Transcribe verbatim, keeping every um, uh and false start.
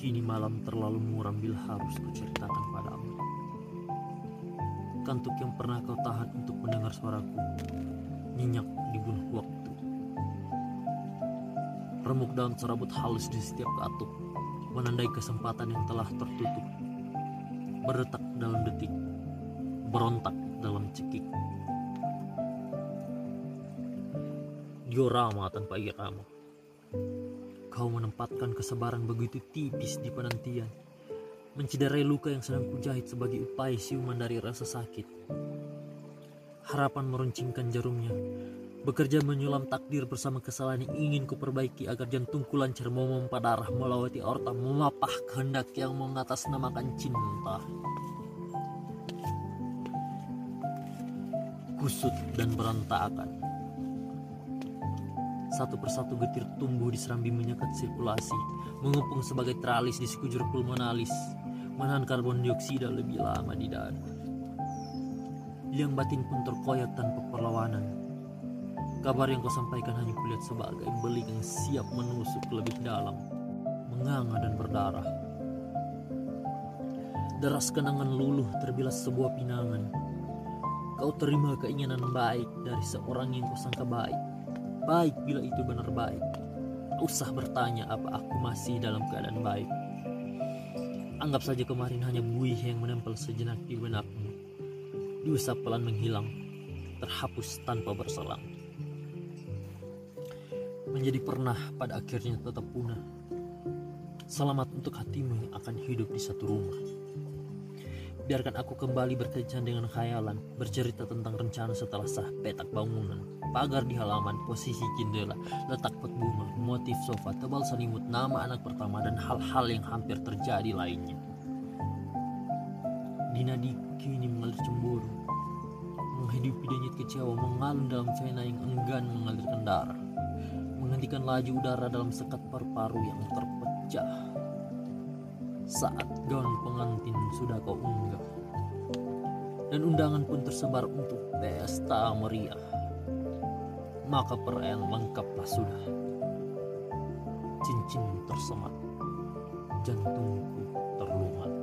Kini malam terlalu muram bila harus kuceritakan padamu. Kantuk yang pernah kau tahan untuk mendengar suaraku nyenyak di bunuh waktu. Remuk daun serabut halus di setiap katuk, menandai kesempatan yang telah tertutup. Berdetak dalam detik, berontak dalam cekik. Diorama tanpa irama. Kau menempatkan kesabaran begitu tipis di penantian, menciderai luka yang sedang kujahit sebagai upaya siuman dari rasa sakit. Harapan meruncingkan jarumnya, bekerja menyulam takdir bersama kesalahan yang ingin kuperbaiki agar jantungku lancar memompa darah melewati aorta memapah kehendak yang mengatasnamakan cinta. Kusut dan berantakan. Satu persatu getir tumbuh di serambi menyekat sirkulasi, mengepung sebagai teralis di sekujur pulmonalis, menahan karbon dioksida lebih lama di dada. Liang batin pun terkoyak tanpa perlawanan. Kabar yang kau sampaikan hanya kulihat sebagai beling yang siap menusuk lebih dalam, menganga dan berdarah. Deras kenangan luluh terbilas sebuah pinangan. Kau terima keinginan baik dari seorang yang kau sangka baik. Baik bila itu benar baik. Tak usah bertanya apa aku masih dalam keadaan baik. Anggap saja kemarin hanya buih yang menempel sejenak di benakmu. Diusap pelan menghilang, terhapus tanpa berselang. Menjadi pernah pada akhirnya tetap punah. Selamat untuk hatimu yang akan hidup di satu rumah. Biarkan aku kembali berkencan dengan khayalan, bercerita tentang rencana setelah sah petak bangunan, pagar di halaman, posisi jendela, letak pot bunga, motif sofa, tebal selimut, nama anak pertama, dan hal-hal yang hampir terjadi lainnya. Di nadiku kini mengalir cemburu, menghidupi denyut kecewa mengalun dalam vena yang enggan mengalirkan darah, menghentikan laju udara dalam sekat paru-paru yang terpecah. Saat gaun pengantin sudah kau unggah, dan undangan pun tersebar untuk pesta meriah, maka perayaan lengkaplah sudah. Cincin tersemat, jantungku terlumat.